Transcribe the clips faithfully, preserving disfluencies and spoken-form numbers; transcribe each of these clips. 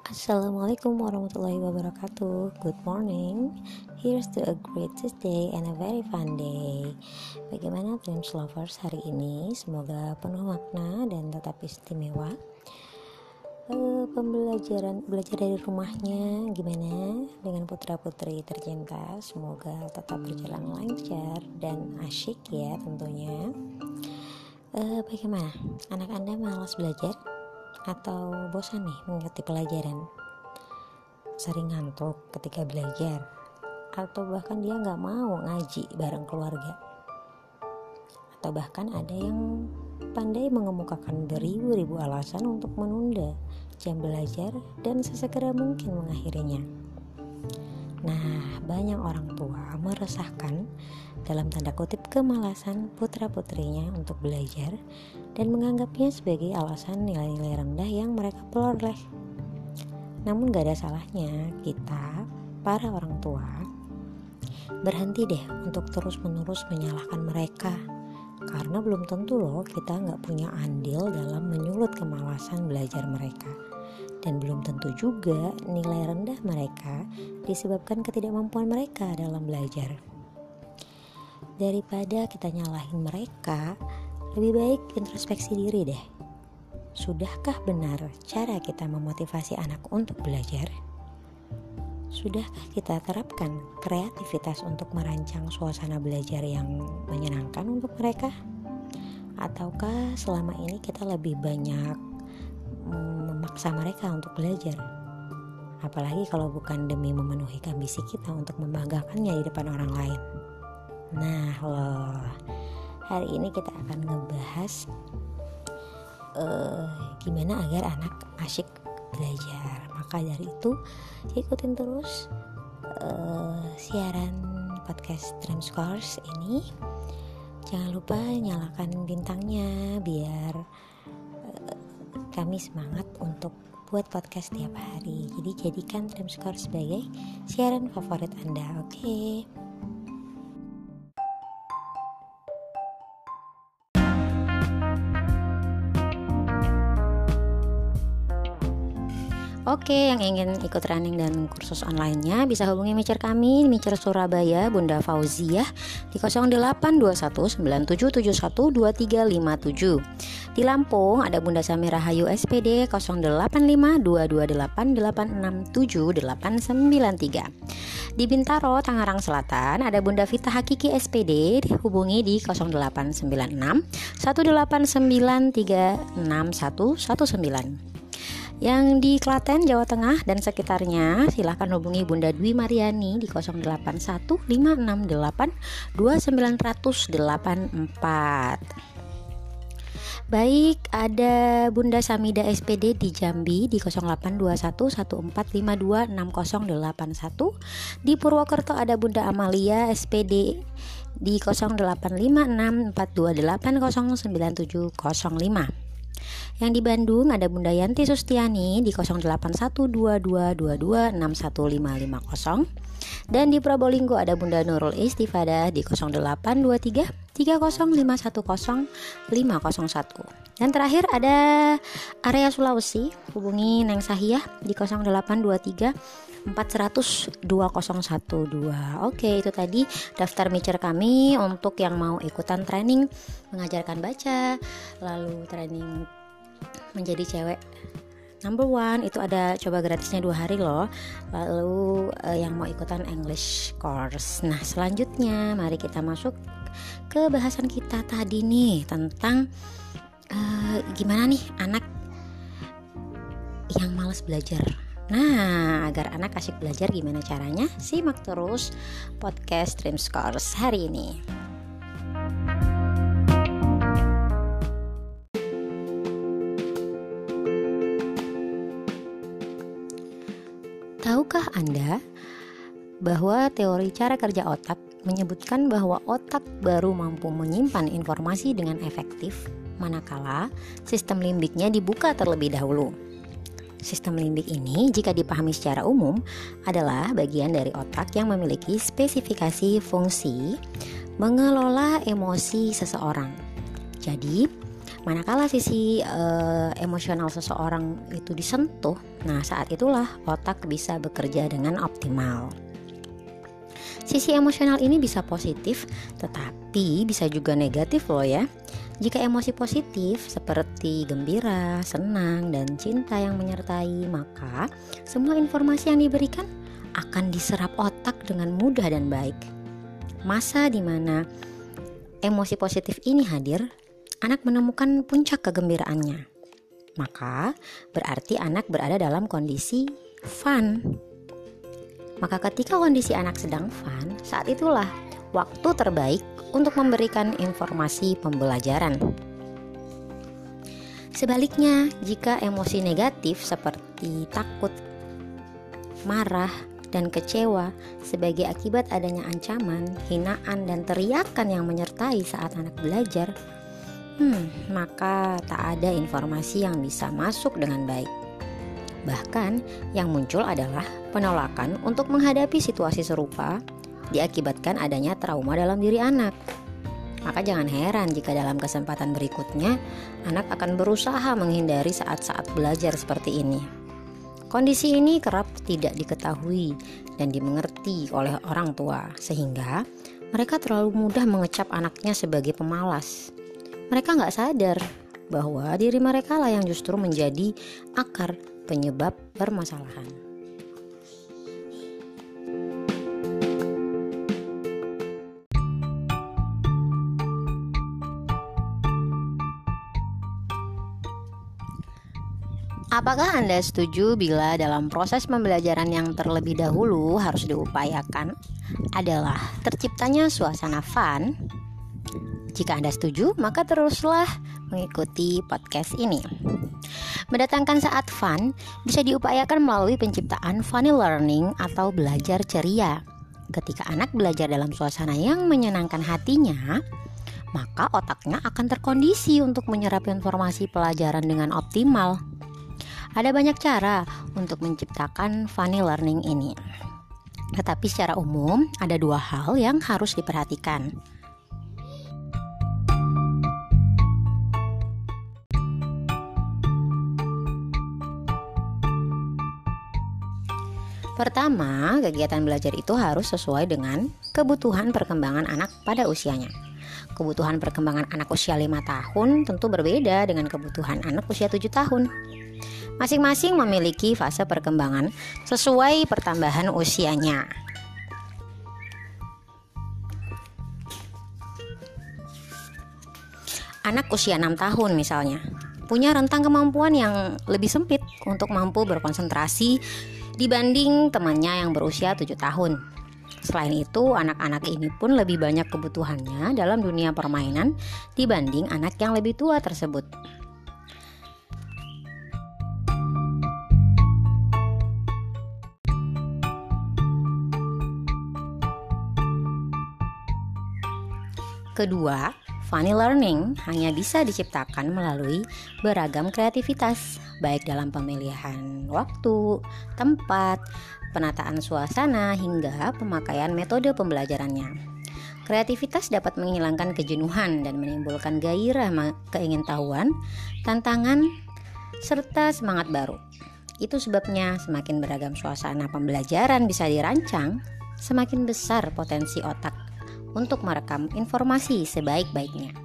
Assalamualaikum warahmatullahi wabarakatuh. Good morning. Here's to a great Tuesday and a very fun day. Bagaimana Dreams Lovers hari ini? Semoga penuh makna dan tetap istimewa. Uh, pembelajaran belajar dari rumahnya gimana dengan putra putri tercinta? Semoga tetap berjalan lancar dan asyik ya tentunya. Uh, bagaimana? Anak Anda malas belajar? Atau bosan nih mengikuti pelajaran, sering ngantuk ketika belajar, atau bahkan dia gak mau ngaji bareng keluarga, atau bahkan ada yang pandai mengemukakan beribu-ribu alasan untuk menunda jam belajar dan sesegera mungkin mengakhirinya. Nah, banyak orang tua meresahkan dalam tanda kutip kemalasan putra-putrinya untuk belajar dan menganggapnya sebagai alasan nilai-nilai rendah yang mereka peroleh. Namun gak ada salahnya kita, para orang tua, berhenti deh untuk terus-menerus menyalahkan mereka, karena belum tentu loh kita gak punya andil dalam menyulut kemalasan belajar mereka. Dan belum tentu juga nilai rendah mereka disebabkan ketidakmampuan mereka dalam belajar. Daripada kita nyalahin mereka, lebih baik introspeksi diri deh. Sudahkah benar cara kita memotivasi anak untuk belajar? Sudahkah kita terapkan kreativitas untuk merancang suasana belajar yang menyenangkan untuk mereka? Ataukah selama ini kita lebih banyak memaksa mereka untuk belajar, apalagi kalau bukan demi memenuhi ambisi kita untuk membanggakannya di depan orang lain. Nah loh, hari ini kita akan ngebahas uh, gimana agar anak asyik belajar. Maka dari itu ikutin terus uh, siaran podcast Dreams Course ini. Jangan lupa nyalakan bintangnya biar kami semangat untuk buat podcast tiap hari. Jadi jadikan Dreams Course sebagai siaran favorit Anda, oke? Okay? Oke, yang ingin ikut training dan kursus online-nya bisa hubungi micer kami, micer Surabaya, Bunda Fauziah di nol delapan dua satu sembilan tujuh tujuh satu dua tiga lima tujuh. Di Lampung ada Bunda Samira Hayu S P D nol delapan lima dua dua delapan delapan enam tujuh delapan sembilan tiga. Di Bintaro, Tangerang Selatan ada Bunda Vita Hakiki S P D, hubungi di nol delapan sembilan enam satu delapan sembilan tiga enam satu satu sembilan. Yang di Klaten, Jawa Tengah dan sekitarnya silahkan hubungi Bunda Dwi Mariani di nol delapan satu lima enam delapan dua sembilan nol nol delapan empat. Baik, ada Bunda Samida S P D di Jambi di nol delapan dua satu satu empat lima dua enam nol delapan satu. Di Purwokerto ada Bunda Amalia S P D di nol delapan lima enam empat dua delapan nol sembilan tujuh nol lima. Yang di Bandung ada Bunda Yanti Sustiani di nol delapan satu dua dua dua dua enam satu lima lima nol. Dan di Probolinggo ada Bunda Nurul Istifadah di nol delapan dua tiga tiga nol lima satu nol lima nol satu. Dan terakhir ada area Sulawesi, hubungi Neng Sahiyah di nol delapan dua tiga empat nol nol dua nol satu dua. Oke, itu tadi daftar micer kami untuk yang mau ikutan training mengajarkan baca, lalu training menjadi cewek number one, itu ada coba gratisnya dua hari loh. Lalu uh, yang mau ikutan English course. Nah selanjutnya mari kita masuk ke bahasan kita tadi nih tentang uh, gimana nih anak yang malas belajar. Nah, agar anak asyik belajar gimana caranya? Simak terus podcast Dreams Course hari ini. Tahukah Anda bahwa teori cara kerja otak menyebutkan bahwa otak baru mampu menyimpan informasi dengan efektif manakala sistem limbiknya dibuka terlebih dahulu. Sistem limbik ini jika dipahami secara umum adalah bagian dari otak yang memiliki spesifikasi fungsi mengelola emosi seseorang. Jadi, Manakala sisi uh, emosional seseorang itu disentuh, nah saat itulah otak bisa bekerja dengan optimal. Sisi emosional ini bisa positif, tetapi bisa juga negatif loh ya. Jika emosi positif seperti gembira, senang, dan cinta yang menyertai, maka semua informasi yang diberikan akan diserap otak dengan mudah dan baik. Masa di mana emosi positif ini hadir, anak menemukan puncak kegembiraannya. Maka berarti anak berada dalam kondisi fun. Maka ketika kondisi anak sedang fun, saat itulah waktu terbaik untuk memberikan informasi pembelajaran. Sebaliknya, jika emosi negatif seperti takut, marah, dan kecewa sebagai akibat adanya ancaman, hinaan, dan teriakan yang menyertai saat anak belajar, hmm, maka tak ada informasi yang bisa masuk dengan baik. Bahkan yang muncul adalah penolakan untuk menghadapi situasi serupa diakibatkan adanya trauma dalam diri anak. Maka jangan heran jika dalam kesempatan berikutnya anak akan berusaha menghindari saat-saat belajar seperti ini. Kondisi ini kerap tidak diketahui dan dimengerti oleh orang tua, sehingga mereka terlalu mudah mengecap anaknya sebagai pemalas. Mereka nggak sadar bahwa diri mereka lah yang justru menjadi akar penyebab permasalahan. Apakah Anda setuju bila dalam proses pembelajaran yang terlebih dahulu harus diupayakan adalah terciptanya suasana fun? Jika Anda setuju, maka teruslah mengikuti podcast ini. Mendatangkan saat fun bisa diupayakan melalui penciptaan funny learning atau belajar ceria. Ketika anak belajar dalam suasana yang menyenangkan hatinya, maka otaknya akan terkondisi untuk menyerap informasi pelajaran dengan optimal. Ada banyak cara untuk menciptakan funny learning ini. Tetapi secara umum ada dua hal yang harus diperhatikan. Pertama, kegiatan belajar itu harus sesuai dengan kebutuhan perkembangan anak pada usianya. Kebutuhan perkembangan anak usia lima tahun tentu berbeda dengan kebutuhan anak usia tujuh tahun. Masing-masing memiliki fase perkembangan sesuai pertambahan usianya. Anak usia enam tahun misalnya, punya rentang kemampuan yang lebih sempit untuk mampu berkonsentrasi dibanding temannya yang berusia tujuh tahun. Selain itu, anak-anak ini pun lebih banyak kebutuhannya dalam dunia permainan dibanding anak yang lebih tua tersebut. Kedua, funny learning hanya bisa diciptakan melalui beragam kreativitas, baik dalam pemilihan waktu, tempat, penataan suasana, hingga pemakaian metode pembelajarannya. Kreativitas dapat menghilangkan kejenuhan dan menimbulkan gairah, keingintahuan, tantangan, serta semangat baru. Itu sebabnya semakin beragam suasana pembelajaran bisa dirancang, semakin besar potensi otak untuk merekam informasi sebaik-baiknya.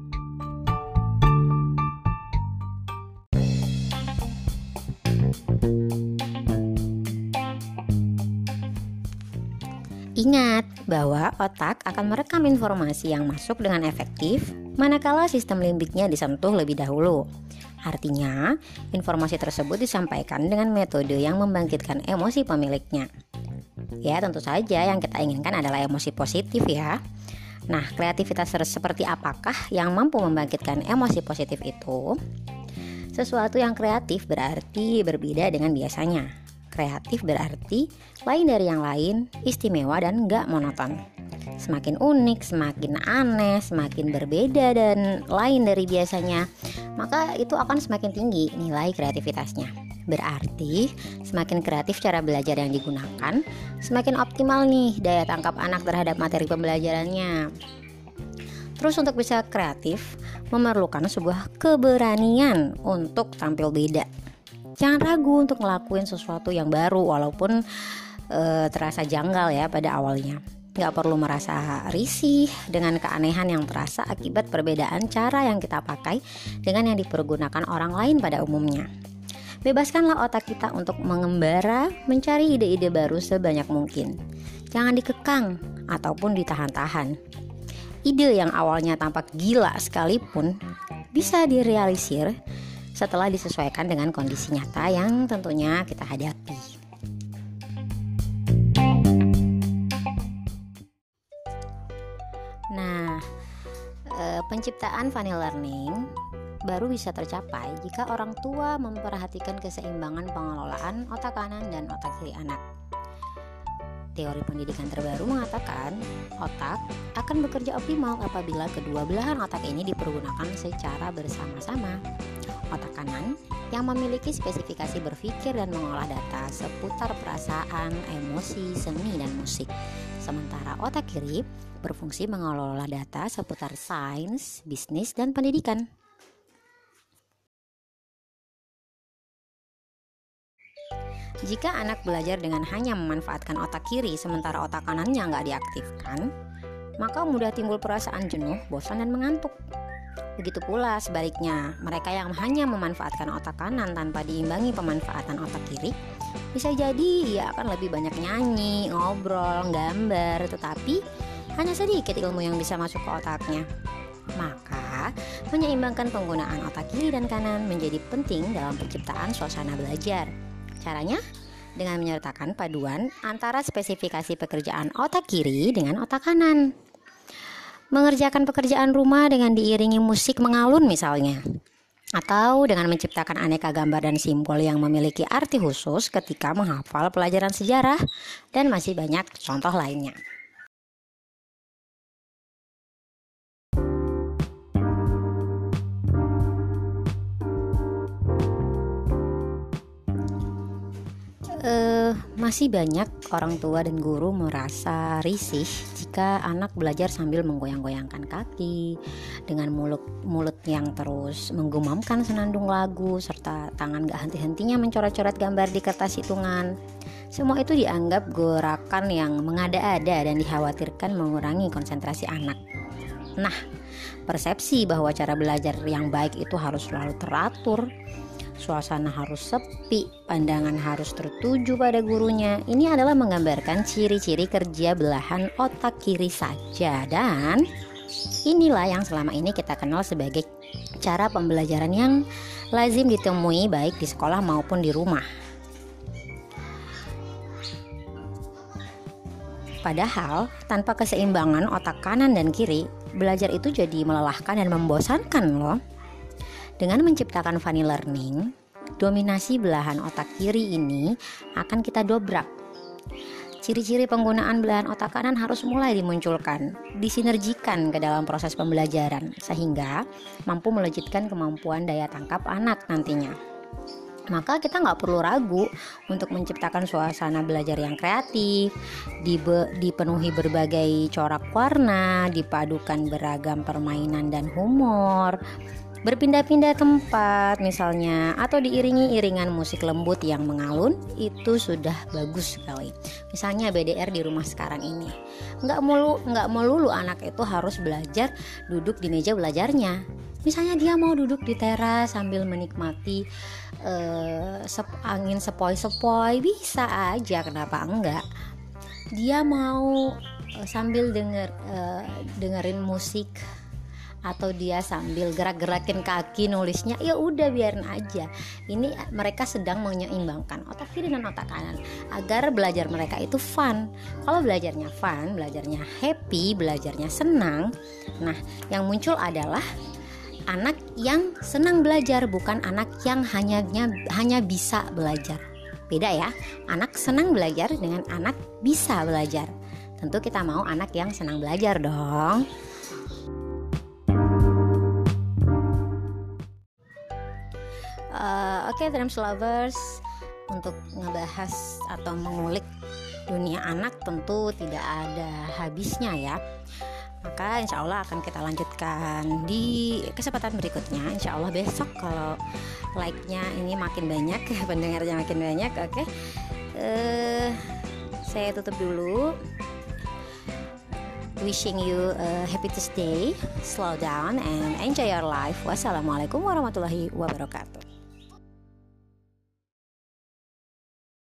Ingat bahwa otak akan merekam informasi yang masuk dengan efektif manakala sistem limbiknya disentuh lebih dahulu. Artinya, informasi tersebut disampaikan dengan metode yang membangkitkan emosi pemiliknya. Ya, tentu saja yang kita inginkan adalah emosi positif ya. Nah, kreativitas seperti apakah yang mampu membangkitkan emosi positif itu? Sesuatu yang kreatif berarti berbeda dengan biasanya. Kreatif berarti lain dari yang lain, istimewa dan gak monoton. Semakin unik, semakin aneh, semakin berbeda dan lain dari biasanya, maka itu akan semakin tinggi nilai kreativitasnya. Berarti semakin kreatif cara belajar yang digunakan, semakin optimal nih daya tangkap anak terhadap materi pembelajarannya. Terus untuk bisa kreatif, memerlukan sebuah keberanian untuk tampil beda. Jangan ragu untuk ngelakuin sesuatu yang baru walaupun e, terasa janggal ya pada awalnya. Gak perlu merasa risih dengan keanehan yang terasa akibat perbedaan cara yang kita pakai dengan yang dipergunakan orang lain pada umumnya. Bebaskanlah otak kita untuk mengembara, mencari ide-ide baru sebanyak mungkin. Jangan dikekang ataupun ditahan-tahan. Ide yang awalnya tampak gila sekalipun bisa direalisir setelah disesuaikan dengan kondisi nyata yang tentunya kita hadapi. Nah, e, penciptaan funny learning baru bisa tercapai jika orang tua memperhatikan keseimbangan pengelolaan otak kanan dan otak kiri anak. Teori pendidikan terbaru mengatakan otak akan bekerja optimal apabila kedua belahan otak ini dipergunakan secara bersama-sama. Otak kanan yang memiliki spesifikasi berpikir dan mengolah data seputar perasaan, emosi, seni, dan musik. Sementara otak kiri berfungsi mengelola data seputar sains, bisnis, dan pendidikan. Jika anak belajar dengan hanya memanfaatkan otak kiri sementara otak kanannya nggak diaktifkan, maka mudah timbul perasaan jenuh, bosan, dan mengantuk. Begitu pula sebaliknya, mereka yang hanya memanfaatkan otak kanan tanpa diimbangi pemanfaatan otak kiri, bisa jadi ia akan lebih banyak nyanyi, ngobrol, gambar, tetapi hanya sedikit ilmu yang bisa masuk ke otaknya. Maka, menyeimbangkan penggunaan otak kiri dan kanan menjadi penting dalam penciptaan suasana belajar. Caranya dengan menyertakan paduan antara spesifikasi pekerjaan otak kiri dengan otak kanan. Mengerjakan pekerjaan rumah dengan diiringi musik mengalun misalnya. Atau dengan menciptakan aneka gambar dan simbol yang memiliki arti khusus ketika menghafal pelajaran sejarah, dan masih banyak contoh lainnya. Uh, masih banyak orang tua dan guru merasa risih jika anak belajar sambil menggoyang-goyangkan kaki, dengan mulut mulut yang terus menggumamkan senandung lagu, serta tangan gak henti-hentinya mencoret-coret gambar di kertas hitungan. Semua itu dianggap gerakan yang mengada-ada dan dikhawatirkan mengurangi konsentrasi anak. Nah, persepsi bahwa cara belajar yang baik itu harus selalu teratur, suasana harus sepi, pandangan harus tertuju pada gurunya. Ini adalah menggambarkan ciri-ciri kerja belahan otak kiri saja, dan inilah yang selama ini kita kenal sebagai cara pembelajaran yang lazim ditemui baik di sekolah maupun di rumah. Padahal tanpa keseimbangan otak kanan dan kiri, belajar itu jadi melelahkan dan membosankan loh. Dengan menciptakan funny learning, dominasi belahan otak kiri ini akan kita dobrak. Ciri-ciri penggunaan belahan otak kanan harus mulai dimunculkan, disinergikan ke dalam proses pembelajaran, sehingga mampu melejitkan kemampuan daya tangkap anak nantinya. Maka kita nggak perlu ragu untuk menciptakan suasana belajar yang kreatif, dibe- dipenuhi berbagai corak warna, dipadukan beragam permainan dan humor, berpindah-pindah tempat misalnya, atau diiringi iringan musik lembut yang mengalun. Itu sudah bagus sekali. Misalnya B D R di rumah sekarang ini, nggak mulu nggak melulu anak itu harus belajar duduk di meja belajarnya. Misalnya dia mau duduk di teras sambil menikmati uh, sep- angin sepoi-sepoi, bisa aja, kenapa enggak. Dia mau uh, sambil denger uh, dengerin musik, atau dia sambil gerak-gerakin kaki nulisnya, ya udah biarin aja. Ini mereka sedang menyeimbangkan otak kiri dan otak kanan agar belajar mereka itu fun. Kalau belajarnya fun, belajarnya happy, belajarnya senang, nah yang muncul adalah anak yang senang belajar, bukan anak yang hanya hanya bisa belajar. Beda ya, anak senang belajar dengan anak bisa belajar. Tentu kita mau anak yang senang belajar dong. Uh, Oke, okay, Dreams Lovers, untuk ngebahas atau mengulik dunia anak tentu tidak ada habisnya ya. Maka insya Allah akan kita lanjutkan di kesempatan berikutnya. Insya Allah besok kalau like-nya ini makin banyak, pendengarnya makin banyak. Oke, okay? uh, saya tutup dulu. Wishing you a happy Tuesday, slow down and enjoy your life. Wassalamualaikum warahmatullahi wabarakatuh.